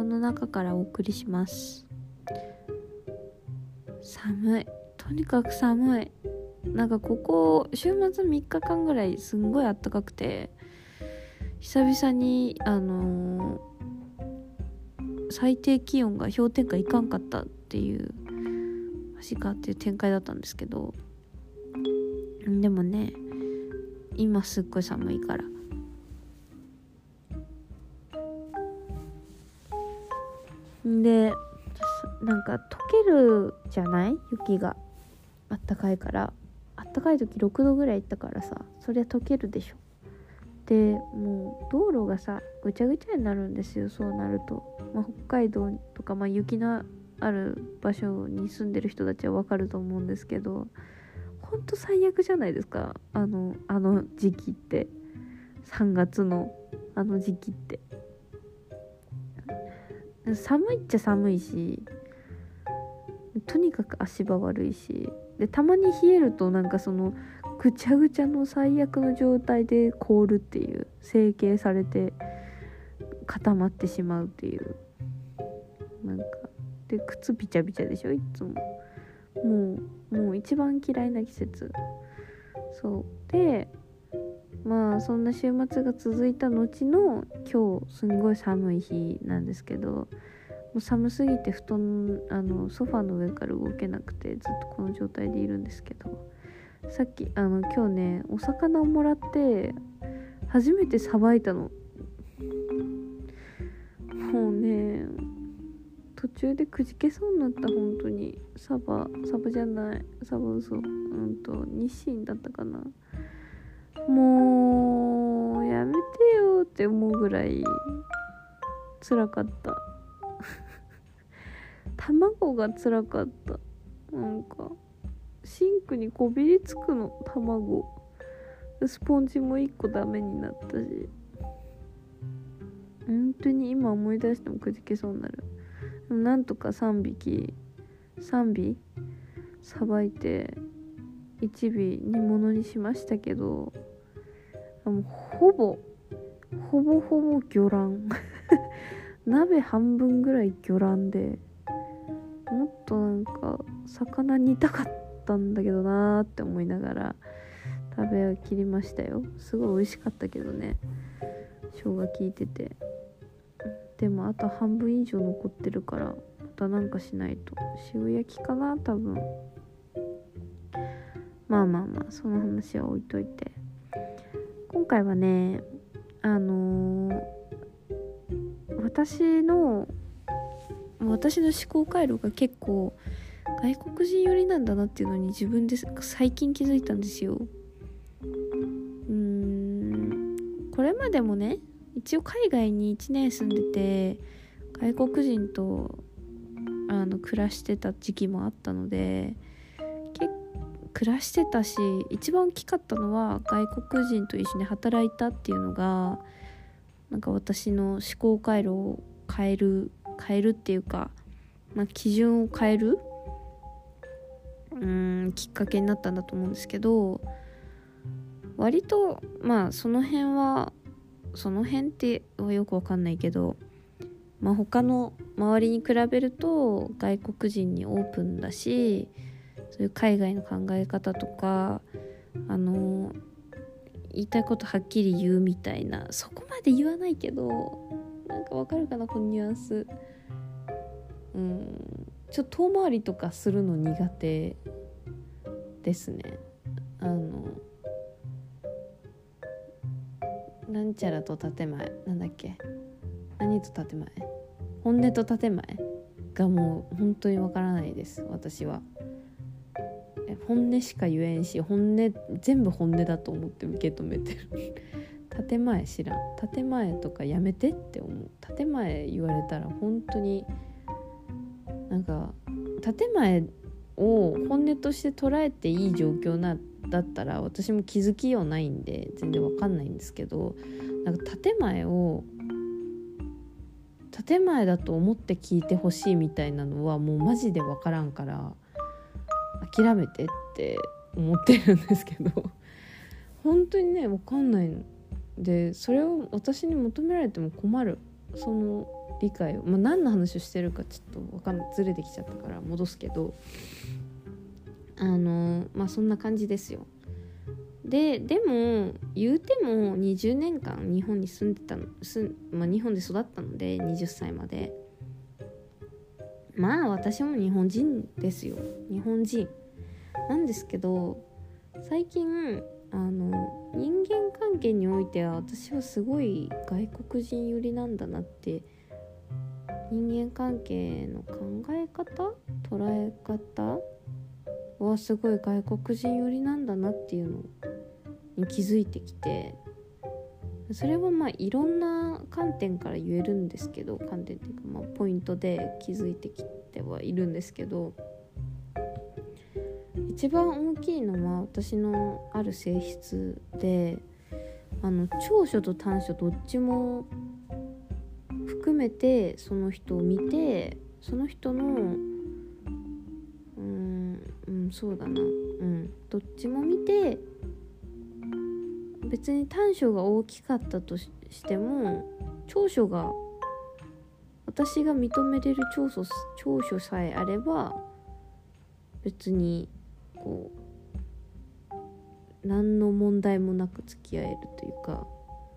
の中からお送りします。寒い、とにかく寒い。なんかここ週末3日間ぐらいすんごい暖かくて、久々に最低気温が氷点下いかんかったっていうマジかっていう展開だったんですけど、でもね今すっごい寒いからで、なんか溶けるじゃない、雪があったかいから。あったかい時6度ぐらいいったからさ、そりゃ溶けるでしょ。でもう道路がさぐちゃぐちゃになるんですよ、そうなると。北海道とか、雪のある場所に住んでる人たちはわかると思うんですけど、ほんと最悪じゃないですか、あの時期って。3月のあの時期って寒いっちゃ寒いし、とにかく足場悪いし、でたまに冷えるとなんかそのぐちゃぐちゃの最悪の状態で凍るっていう、成形されて固まってしまうっていう、なんかで靴びちゃびちゃでしょいつも。もう一番嫌いな季節。そうでそんな週末が続いた後の今日すんごい寒い日なんですけど、もう寒すぎて布団ソファーの上から動けなくてずっとこの状態でいるんですけど、さっき今日ねお魚をもらって初めてさばいたの。もうね途中でくじけそうになった。本当にサバじゃない、サバ嘘、日清だったかな。もうやめてよって思うぐらい辛かった卵が辛かった。なんかシンクにこびりつくの、卵。スポンジも1個ダメになったし、本当に今思い出してもくじけそうになる。でもなんとか3尾さばいて1尾煮物にしましたけど、もうほぼ魚卵鍋半分ぐらい魚卵で、もっとなんか魚煮たかったんだけどなーって思いながら食べきりましたよ。すごい美味しかったけどね、生姜効いてて。でもあと半分以上残ってるから、またなんかしないと。塩焼きかな多分。その話は置いといて、今回はね私の思考回路が結構外国人寄りなんだなっていうのに自分で最近気づいたんですよ。これまでもね一応海外に1年住んでて外国人と暮らしてた時期もあったので、暮らしてたし、一番大きかったのは外国人と一緒に働いたっていうのがなんか私の思考回路を変えるっていうか、基準を変えるきっかけになったんだと思うんですけど、割とその辺ってはよくわかんないけど、他の周りに比べると外国人にオープンだし、そういう海外の考え方とか言いたいことはっきり言うみたいな、そこまで言わないけどなんかわかるかなこのニュアンス。ちょっと遠回りとかするの苦手ですね。なんちゃらと建前なんだっけ、何と建前、本音と建前がもう本当にわからないです私は。本音しか言えんし、全部本音だと思って受け止めてる建前知らん、建前とかやめてって思う。建前言われたら本当になんか建前を本音として捉えていい状況だったら私も気づきようないんで全然わかんないんですけど、なんか建前だと思って聞いてほしいみたいなのはもうマジでわからんから諦めてって思ってるんですけど本当にねわかんないので、それを私に求められても困る。その理解を、何の話をしてるかちょっとずれてきちゃったから戻すけど、そんな感じですよ。でも言うても20年間日本に住んでたの、日本で育ったので20歳まで、私も日本人ですよ。日本人なんですけど、最近人間関係においては私はすごい外国人寄りなんだなって、人間関係の考え方、捉え方はすごい外国人寄りなんだなっていうのに気づいてきて、それはいろんな観点から言えるんですけど、観点っていうかポイントで気づいてきてはいるんですけど、一番大きいのは私のある性質で、長所と短所どっちも含めてその人を見て、その人のそうだな、どっちも見て、別に短所が大きかったとしても、長所が私が認めれる長所さえあれば、別にこう何の問題もなく付き合えるというか。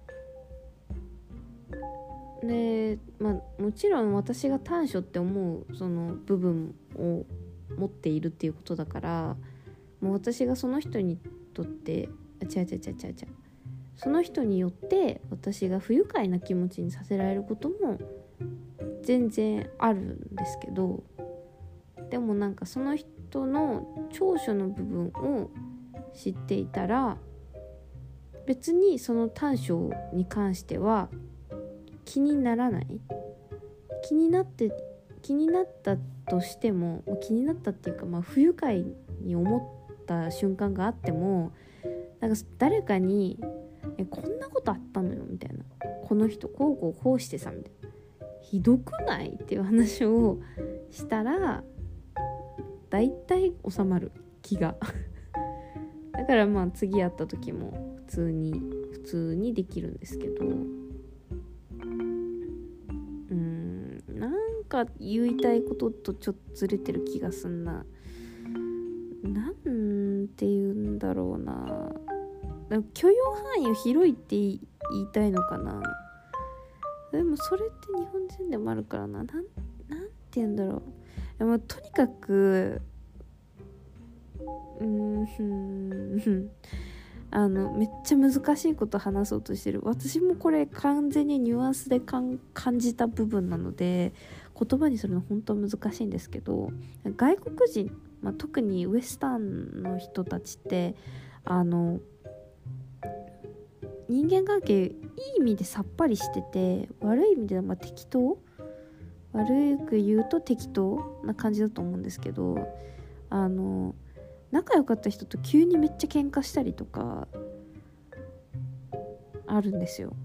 で、もちろん私が短所って思うその部分を持っているっていうことだから、もう私がその人にとってその人によって私が不愉快な気持ちにさせられることも全然あるんですけど、でもその人の長所の部分を知っていたら、別にその短所に関しては気にならない。気になったとしても、気になったっていうか、不愉快に思った瞬間があっても、誰かにこんなことあったのよみたいな、この人こうしてさみたいな、ひどくないっていう話をしたらだいたい収まる気がだから次会った時も普通にできるんですけど、言いたいこととちょっとずれてる気がすんな。なんて言うんだろうな、許容範囲を広いって言いたいのかな。でもそれって日本人でもあるからな、なんて言うんだろう。でもとにかくめっちゃ難しいこと話そうとしてる。私もこれ完全にニュアンスで感じた部分なので言葉にするの本当難しいんですけど、外国人、特にウエスタンの人たちって人間関係いい意味でさっぱりしてて、悪い意味では適当、悪く言うと適当な感じだと思うんですけど、仲良かった人と急にめっちゃ喧嘩したりとかあるんですよ。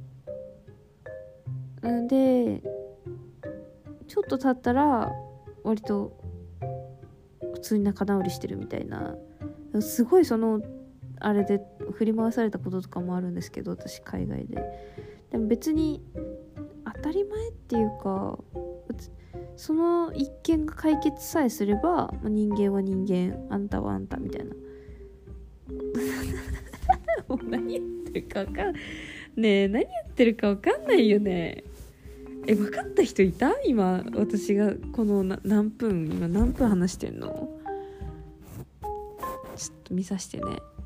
でちょっと経ったら割と普通に仲直りしてるみたいな、すごいあれで振り回されたこととかもあるんですけど、私海外で。でも別に当たり前っていうか、その一件が解決さえすれば、人間は人間、あんたはあんたみたいなもう何やってるか分かんないよね。分かった人いた？今私がこの何分話してんの？ちょっと見させてね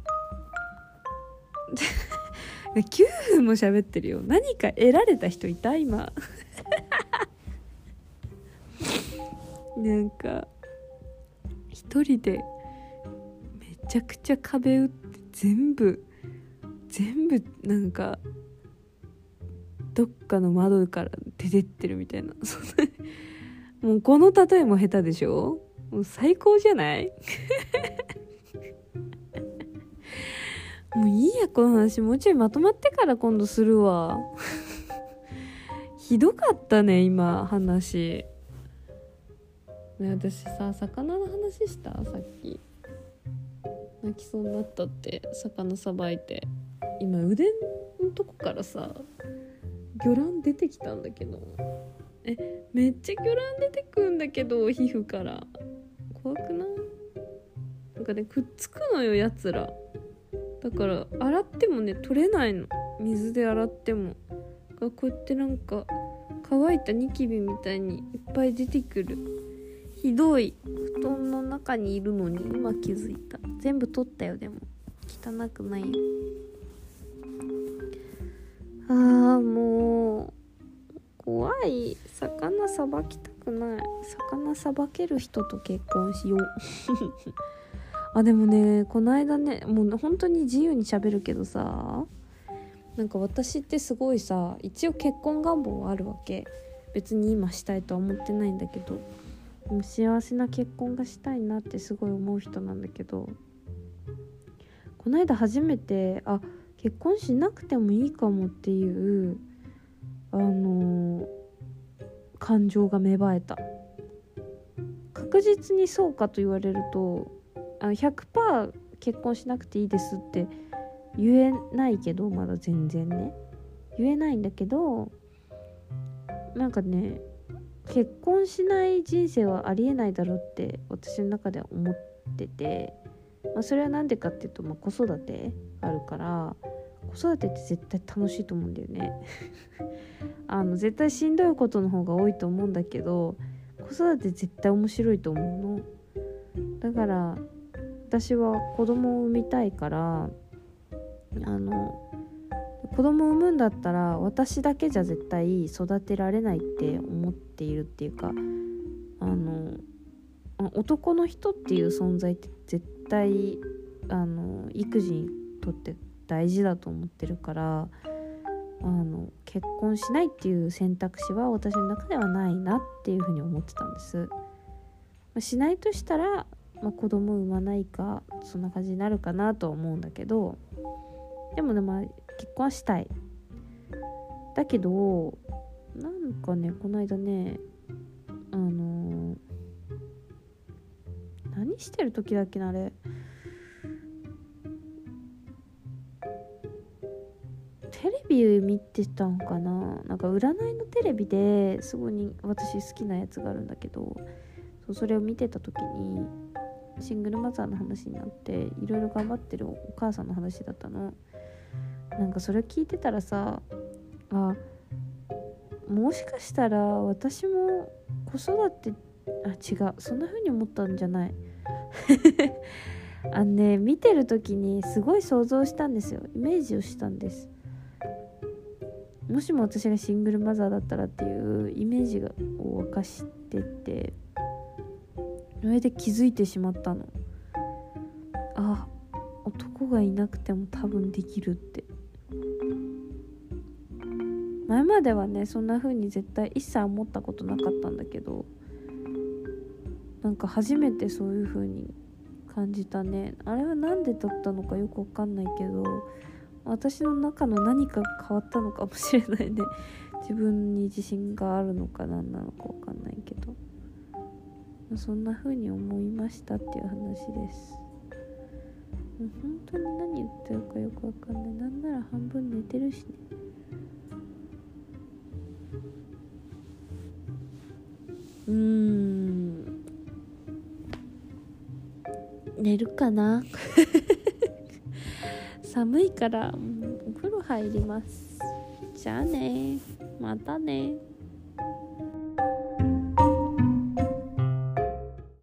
9分も喋ってるよ。何か得られた人いた？今一人でめちゃくちゃ壁打って全部どっかの窓から出てってるみたいなもうこの例えも下手でしょ。もう最高じゃないもういいや、この話もうちょいまとまってから今度するわひどかったね今話ね。私さ、魚の話した？さっき泣きそうになったって。魚さばいて今腕のとこからさ魚卵出てきたんだけど、 めっちゃ魚卵出てくんだけど、皮膚から怖くない？なんかね、くっつくのよやつら。だから洗ってもね取れないの、水で洗っても。こうやってなんか乾いたニキビみたいにいっぱい出てくる。ひどい。布団の中にいるのに今気づいた。全部取ったよ。でも汚くないよ。もう怖い。魚さばきたくない。魚さばける人と結婚しようでもね、この間ね、もう本当に自由に喋るけどさ、なんか私ってすごいさ、一応結婚願望はあるわけ。別に今したいとは思ってないんだけど、でも幸せな結婚がしたいなってすごい思う人なんだけど、この間初めて結婚しなくてもいいかもっていう感情が芽生えた。確実にそうかと言われると100% 結婚しなくていいですって言えないけど、まだ全然ね言えないんだけど、なんかね、結婚しない人生はありえないだろうって私の中では思ってて、それはなんでかっていうと、子育てあるから。子育てって絶対楽しいと思うんだよね絶対しんどいことの方が多いと思うんだけど、子育て絶対面白いと思うの。だから私は子供を産みたいから、子供を産むんだったら私だけじゃ絶対育てられないって思っているっていうか、男の人っていう存在って絶対育児にとって大事だと思ってるから、結婚しないっていう選択肢は私の中ではないなっていうふうに思ってたんです。しないとしたら、子供産まないかそんな感じになるかなとは思うんだけど、でもね、結婚はしたい。だけどなんかね、この間ね何してる時だっけな、あれテレビ見てたんかな。なんか占いのテレビですごい私好きなやつがあるんだけど、それを見てた時にシングルマザーの話になって、いろいろ頑張ってるお母さんの話だったの。なんかそれ聞いてたらさ、もしかしたら私も子育て違う、そんな風に思ったんじゃない見てる時にすごい想像したんですよ。イメージをしたんです。もしも私がシングルマザーだったらっていうイメージを沸かしてて、それで気づいてしまったの。男がいなくても多分できるって。前まではねそんな風に絶対一切思ったことなかったんだけど、なんか初めてそういう風に感じたね。あれはなんでだったのかよくわかんないけど、私の中の何かが変わったのかもしれないね。自分に自信があるのか何なのかわかんないけど、そんな風に思いましたっていう話です。もう本当に何言ってるかよくわかんない。なんなら半分寝てるしね。寝るかな寒いからお風呂入ります。じゃあね、またね。